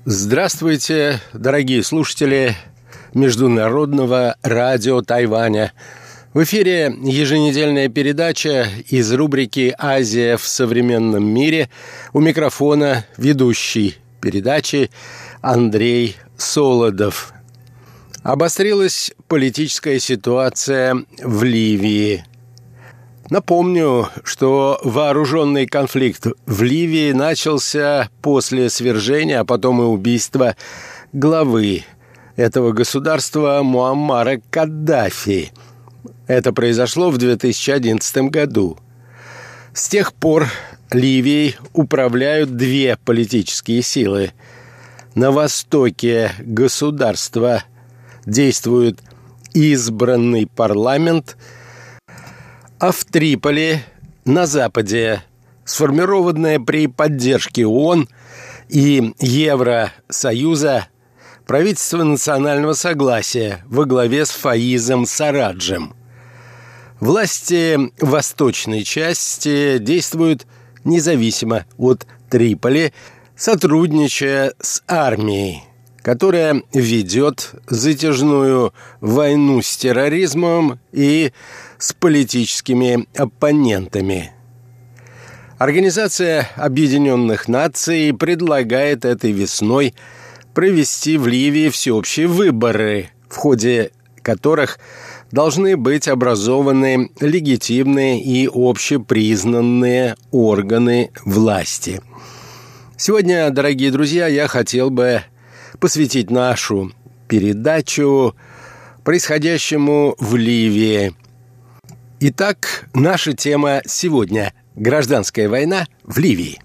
Здравствуйте, дорогие слушатели Международного радио Тайваня. В эфире еженедельная передача из рубрики «Азия в современном мире». У микрофона ведущий передачи Андрей Солодов. Обострилась политическая ситуация в Ливии. Напомню, что вооруженный конфликт в Ливии начался после свержения, а потом и убийства главы этого государства Муаммара Каддафи. Это произошло в 2011 году. С тех пор Ливией управляют две политические силы. На востоке государства действует избранный парламент, а в Триполи, на западе, сформированное при поддержке ООН и Евросоюза правительство национального согласия во главе с Фаизом Сараджем. Власти восточной части действуют независимо от Триполи, сотрудничая с армией, которая ведет затяжную войну с терроризмом и с политическими оппонентами. Организация Объединенных Наций предлагает этой весной провести в Ливии всеобщие выборы, в ходе которых должны быть образованы легитимные и общепризнанные органы власти. Сегодня, дорогие друзья, я хотел бы посвятить нашу передачу происходящему в Ливии. Итак, наша тема сегодня – гражданская война в Ливии.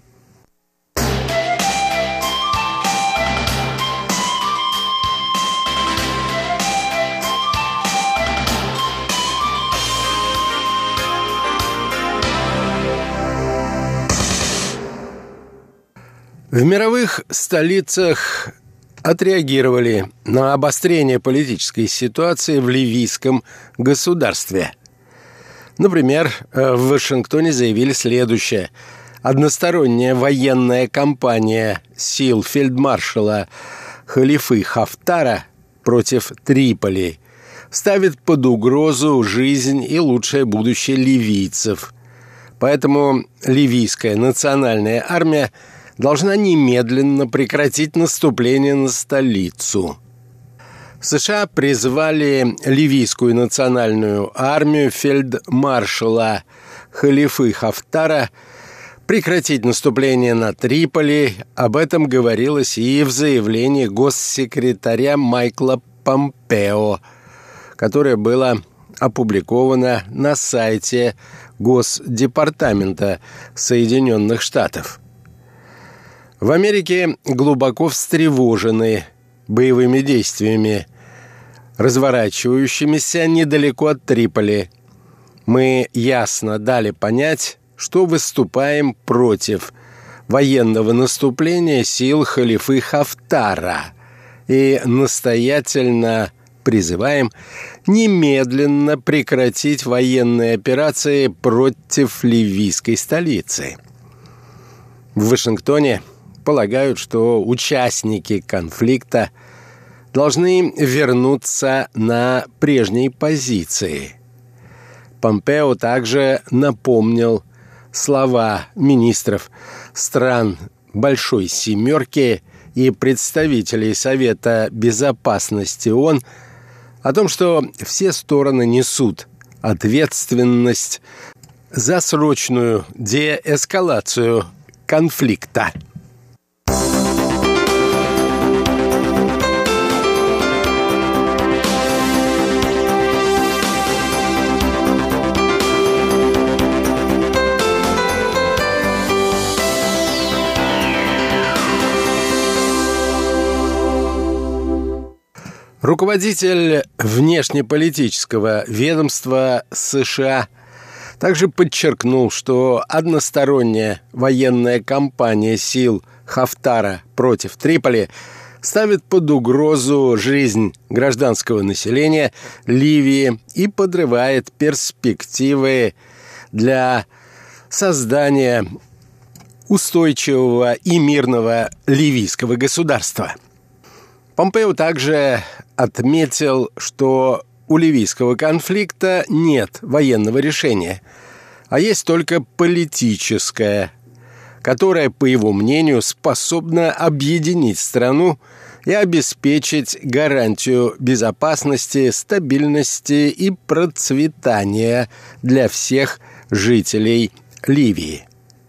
В мировых столицах отреагировали на обострение политической ситуации в ливийском государстве. Например, в Вашингтоне заявили следующее. Односторонняя военная кампания сил фельдмаршала Халифы Хафтара против Триполи ставит под угрозу жизнь и лучшее будущее ливийцев. Поэтому ливийская национальная армия должна немедленно прекратить наступление на столицу. США призвали ливийскую национальную армию фельдмаршала Халифы Хафтара прекратить наступление на Триполи. Об этом говорилось и в заявлении госсекретаря Майкла Помпео, которое было опубликовано на сайте Госдепартамента Соединенных Штатов. В Америке глубоко встревожены боевыми действиями, разворачивающимися недалеко от Триполи. Мы ясно дали понять, что выступаем против военного наступления сил Халифы Хафтара и настоятельно призываем немедленно прекратить военные операции против ливийской столицы. В Вашингтоне полагают, что участники конфликта должны вернуться на прежние позиции. Помпео также напомнил слова министров стран Большой Семерки и представителей Совета Безопасности ООН о том, что все стороны несут ответственность за срочную деэскалацию конфликта. Руководитель внешнеполитического ведомства США также подчеркнул, что односторонняя военная кампания сил Хафтара против Триполи ставит под угрозу жизнь гражданского населения Ливии и подрывает перспективы для создания устойчивого и мирного ливийского государства. Помпео также отметил, что у ливийского конфликта нет военного решения, а есть только политическое, которое, по его мнению, способно объединить страну и обеспечить гарантию безопасности, стабильности и процветания для всех жителей Ливии.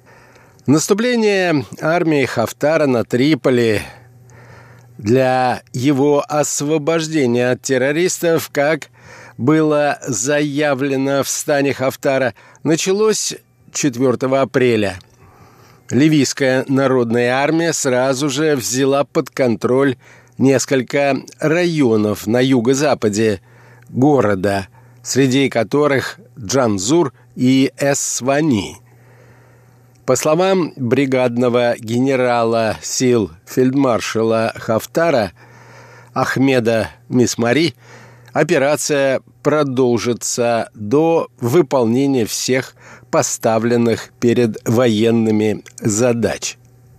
Наступление армии Хафтара на Триполи для его освобождения от террористов, как было заявлено в стане Хафтара, началось 4 апреля. Ливийская народная армия сразу же взяла под контроль несколько районов на юго-западе города, среди которых Джанзур и Эс-Свани. По словам бригадного генерала сил фельдмаршала Хафтара Ахмеда Мисмари, операция продолжится до выполнения всех поставленных перед военными задач.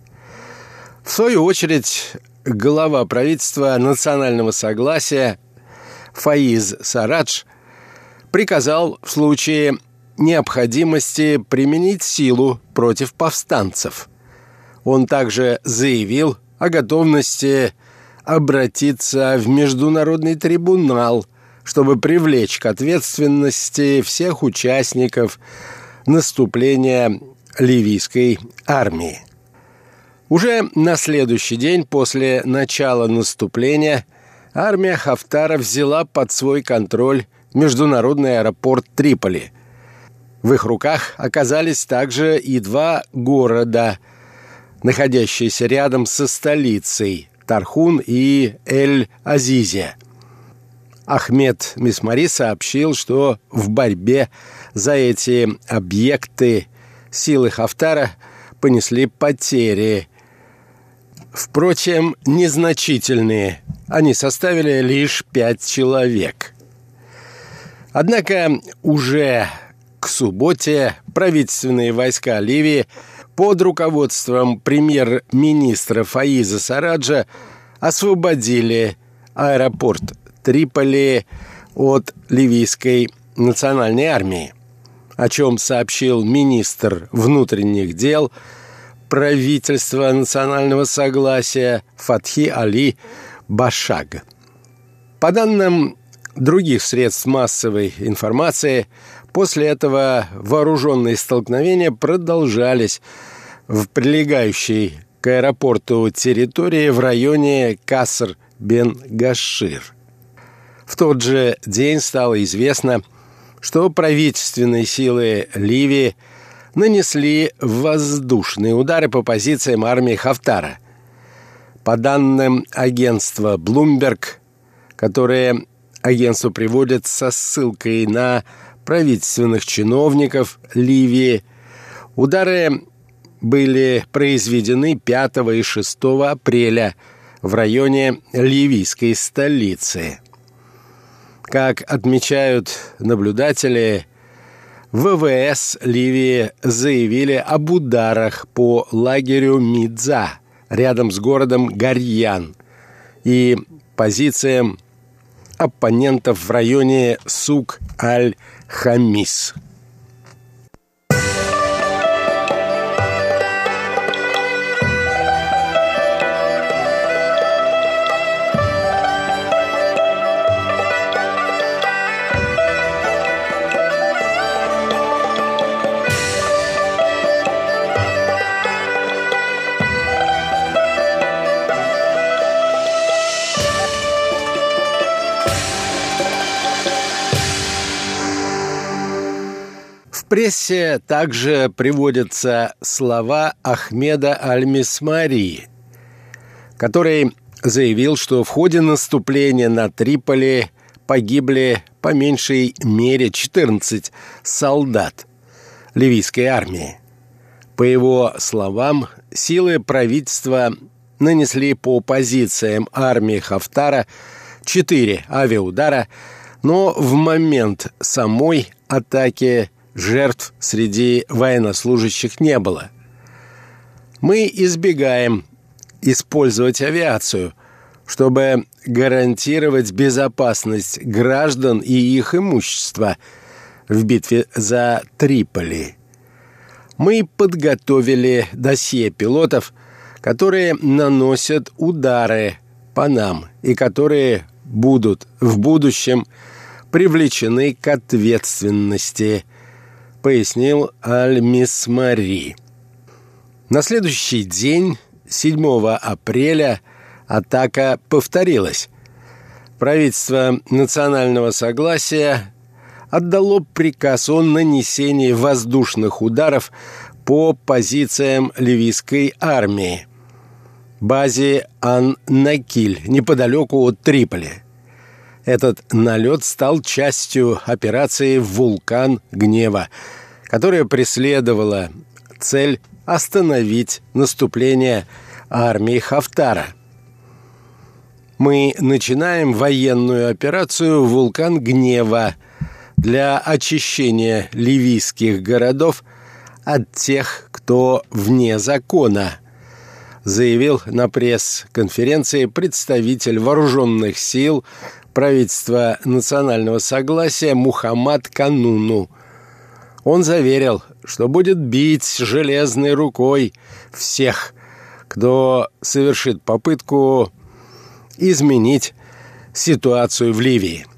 В свою очередь, глава правительства национального согласия Фаиз Сарадж приказал в случае необходимости применить силу против повстанцев. Он также заявил о готовности обратиться в Международный трибунал, чтобы привлечь к ответственности всех участников наступления ливийской армии. Уже на следующий день после начала наступления армия Хафтара взяла под свой контроль международный аэропорт Триполи. В их руках оказались также и 2 города, находящиеся рядом со столицей – Тархун и Эль-Азизия. Ахмед Мисмари сообщил, что в борьбе за эти объекты силы Хафтара понесли потери. Впрочем, незначительные. Они составили лишь 5 человек. Однако уже к субботе правительственные войска Ливии под руководством премьер-министра Фаиза Сараджа освободили аэропорт Триполи от ливийской национальной армии, о чем сообщил министр внутренних дел правительства национального согласия Фатхи Али Башаг. По данным других средств массовой информации, после этого вооруженные столкновения продолжались в прилегающей к аэропорту территории в районе Каср-бен-Гашир. В тот же день стало известно, что правительственные силы Ливии нанесли воздушные удары по позициям армии Хафтара. По данным агентства Bloomberg, которые агентство приводит со ссылкой на правительственных чиновников Ливии, удары были произведены 5 и 6 апреля в районе ливийской столицы. Как отмечают наблюдатели, ВВС Ливии заявили об ударах по лагерю Мидза рядом с городом Гарьян и позициям оппонентов в районе Сук-аль-Хамис. В прессе также приводятся слова Ахмеда Аль-Мисмари, который заявил, что в ходе наступления на Триполи погибли по меньшей мере 14 солдат ливийской армии. По его словам, силы правительства нанесли по позициям армии Хафтара 4 авиаудара, но в момент самой атаки жертв среди военнослужащих не было. Мы избегаем использовать авиацию, чтобы гарантировать безопасность граждан и их имущества в битве за Триполи. Мы подготовили досье пилотов, которые наносят удары по нам и которые будут в будущем привлечены к ответственности, пояснил Аль-Мисмари. На следующий день, 7 апреля, атака повторилась. Правительство национального согласия отдало приказ о нанесении воздушных ударов по позициям ливийской армии, базе Ан-Накиль, неподалеку от Триполи. Этот налет стал частью операции «Вулкан гнева», которая преследовала цель остановить наступление армии Хафтара. Мы начинаем военную операцию «Вулкан гнева» для очищения ливийских городов от тех, кто вне закона, заявил на пресс-конференции представитель вооруженных сил правительства национального согласия Мухаммад Кануну. Он заверил, что будет бить железной рукой всех, кто совершит попытку изменить ситуацию в Ливии.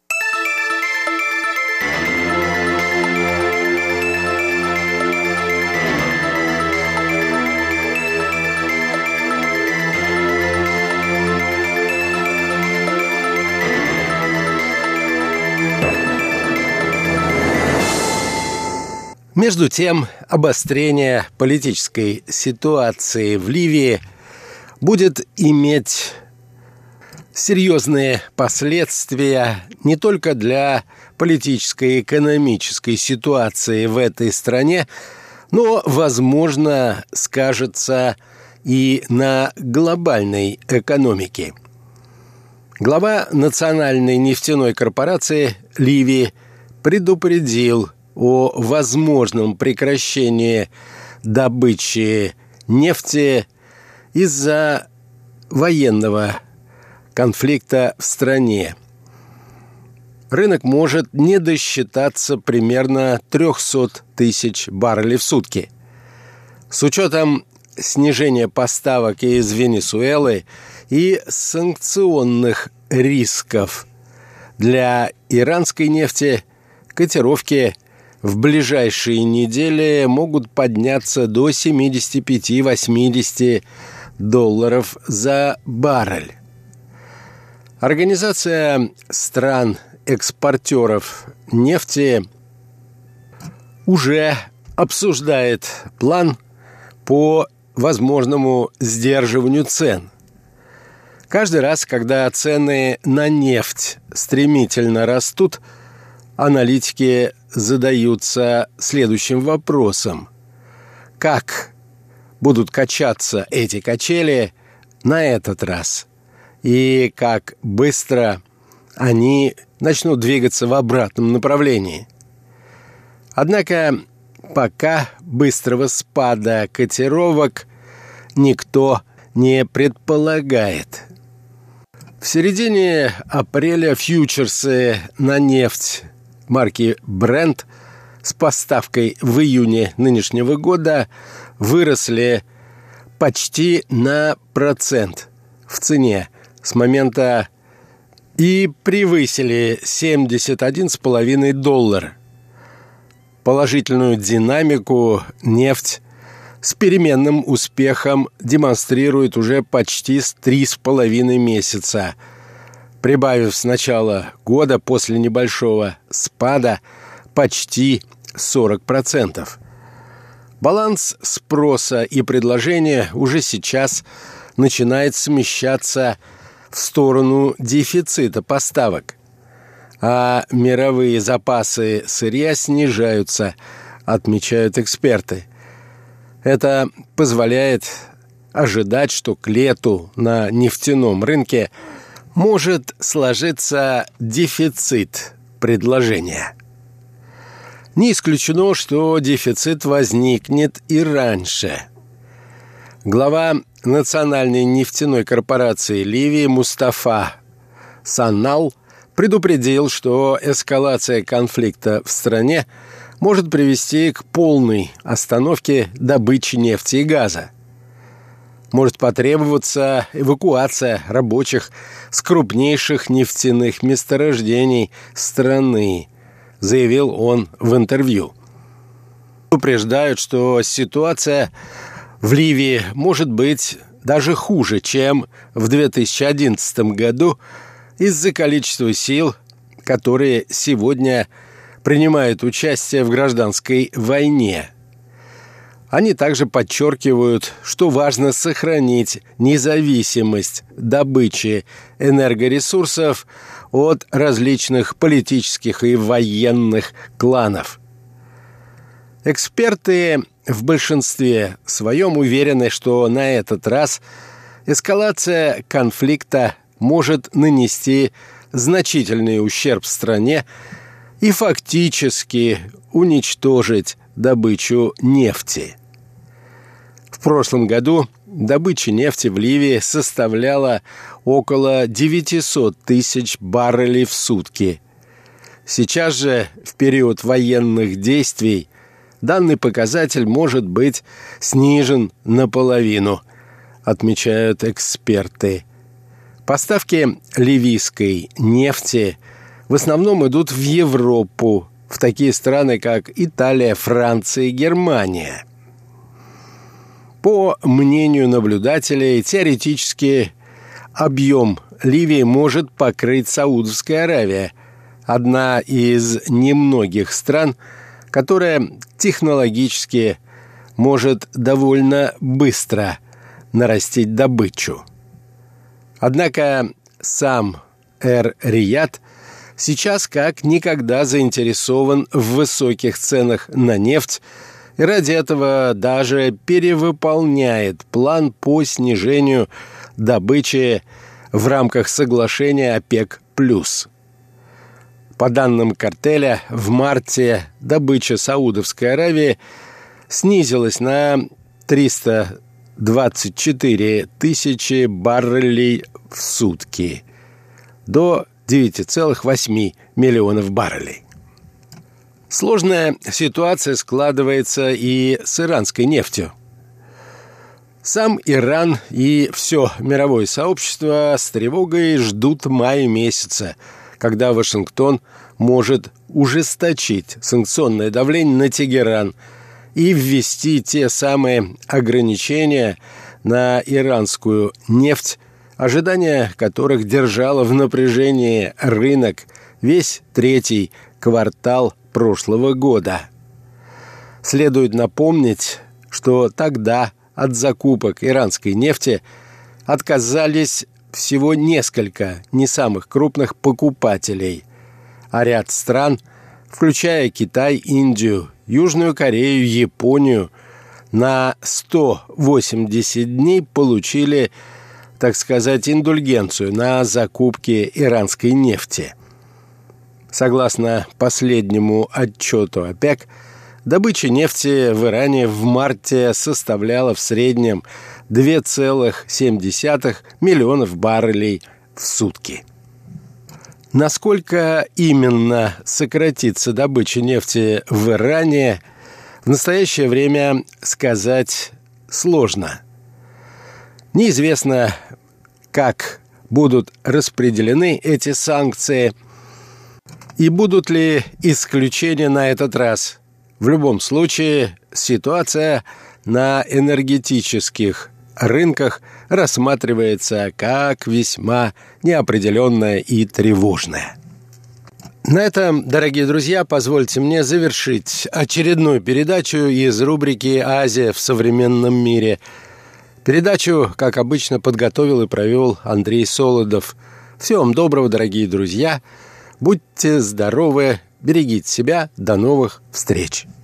Между тем, обострение политической ситуации в Ливии будет иметь серьезные последствия не только для политической и экономической ситуации в этой стране, но, возможно, скажется и на глобальной экономике. Глава Национальной нефтяной корпорации Ливии предупредил о возможном прекращении добычи нефти из-за военного конфликта в стране. Рынок может не досчитаться примерно 300 тысяч баррелей в сутки. С учетом снижения поставок из Венесуэлы и санкционных рисков для иранской нефти, котировки в ближайшие недели могут подняться до 75-80 долларов за баррель. Организация стран-экспортеров нефти уже обсуждает план по возможному сдерживанию цен. Каждый раз, когда цены на нефть стремительно растут, аналитики задаются следующим вопросом: как будут качаться эти качели на этот раз? И как быстро они начнут двигаться в обратном направлении? Однако пока быстрого спада котировок никто не предполагает. В середине апреля фьючерсы на нефть марки Brent с поставкой в июне нынешнего года выросли почти на 1% в цене с момента и превысили $71,5 доллара. Положительную динамику нефть с переменным успехом демонстрирует уже почти 3,5 месяца, прибавив с начала года после небольшого спада почти 40%. Баланс спроса и предложения уже сейчас начинает смещаться в сторону дефицита поставок, а мировые запасы сырья снижаются, отмечают эксперты. Это позволяет ожидать, что к лету на нефтяном рынке может сложиться дефицит предложения. Не исключено, что дефицит возникнет и раньше. Глава национальной нефтяной корпорации Ливии Мустафа Саннал предупредил, что эскалация конфликта в стране может привести к полной остановке добычи нефти и газа. Может потребоваться эвакуация рабочих с крупнейших нефтяных месторождений страны, заявил он в интервью. Упреждают, что ситуация в Ливии может быть даже хуже, чем в 2011 году из-за количества сил, которые сегодня принимают участие в гражданской войне. Они также подчеркивают, что важно сохранить независимость добычи энергоресурсов от различных политических и военных кланов. Эксперты в большинстве своем уверены, что на этот раз эскалация конфликта может нанести значительный ущерб стране и фактически уничтожить добычу нефти. В прошлом году добыча нефти в Ливии составляла около 900 тысяч баррелей в сутки. Сейчас же, в период военных действий, данный показатель может быть снижен наполовину, отмечают эксперты. Поставки ливийской нефти в основном идут в Европу, в такие страны, как Италия, Франция и Германия. По мнению наблюдателей, теоретически объем Ливии может покрыть Саудовская Аравия, одна из немногих стран, которая технологически может довольно быстро нарастить добычу. Однако сам Эр-Рияд сейчас как никогда заинтересован в высоких ценах на нефть и ради этого даже перевыполняет план по снижению добычи в рамках соглашения ОПЕК+. По данным картеля, в марте добыча Саудовской Аравии снизилась на 324 тысячи баррелей в сутки до 9,8 миллионов баррелей. Сложная ситуация складывается и с иранской нефтью. Сам Иран и все мировое сообщество с тревогой ждут мая месяца, когда Вашингтон может ужесточить санкционное давление на Тегеран и ввести те самые ограничения на иранскую нефть, ожидания которых держало в напряжении рынок весь третий квартал прошлого года. Следует напомнить, что тогда от закупок иранской нефти отказались всего несколько не самых крупных покупателей, а ряд стран, включая Китай, Индию, Южную Корею, Японию, на 180 дней получили, так сказать, индульгенцию на закупки иранской нефти. Согласно последнему отчету ОПЕК, добыча нефти в Иране в марте составляла в среднем 2,7 миллионов баррелей в сутки. Насколько именно сократится добыча нефти в Иране, в настоящее время сказать сложно. Неизвестно, как будут распределены эти санкции и будут ли исключения на этот раз. В любом случае, ситуация на энергетических рынках рассматривается как весьма неопределенная и тревожная. На этом, дорогие друзья, позвольте мне завершить очередную передачу из рубрики «Азия в современном мире». Передачу, как обычно, подготовил и провел Андрей Солодов. Всего вам доброго, дорогие друзья. Будьте здоровы, берегите себя. До новых встреч.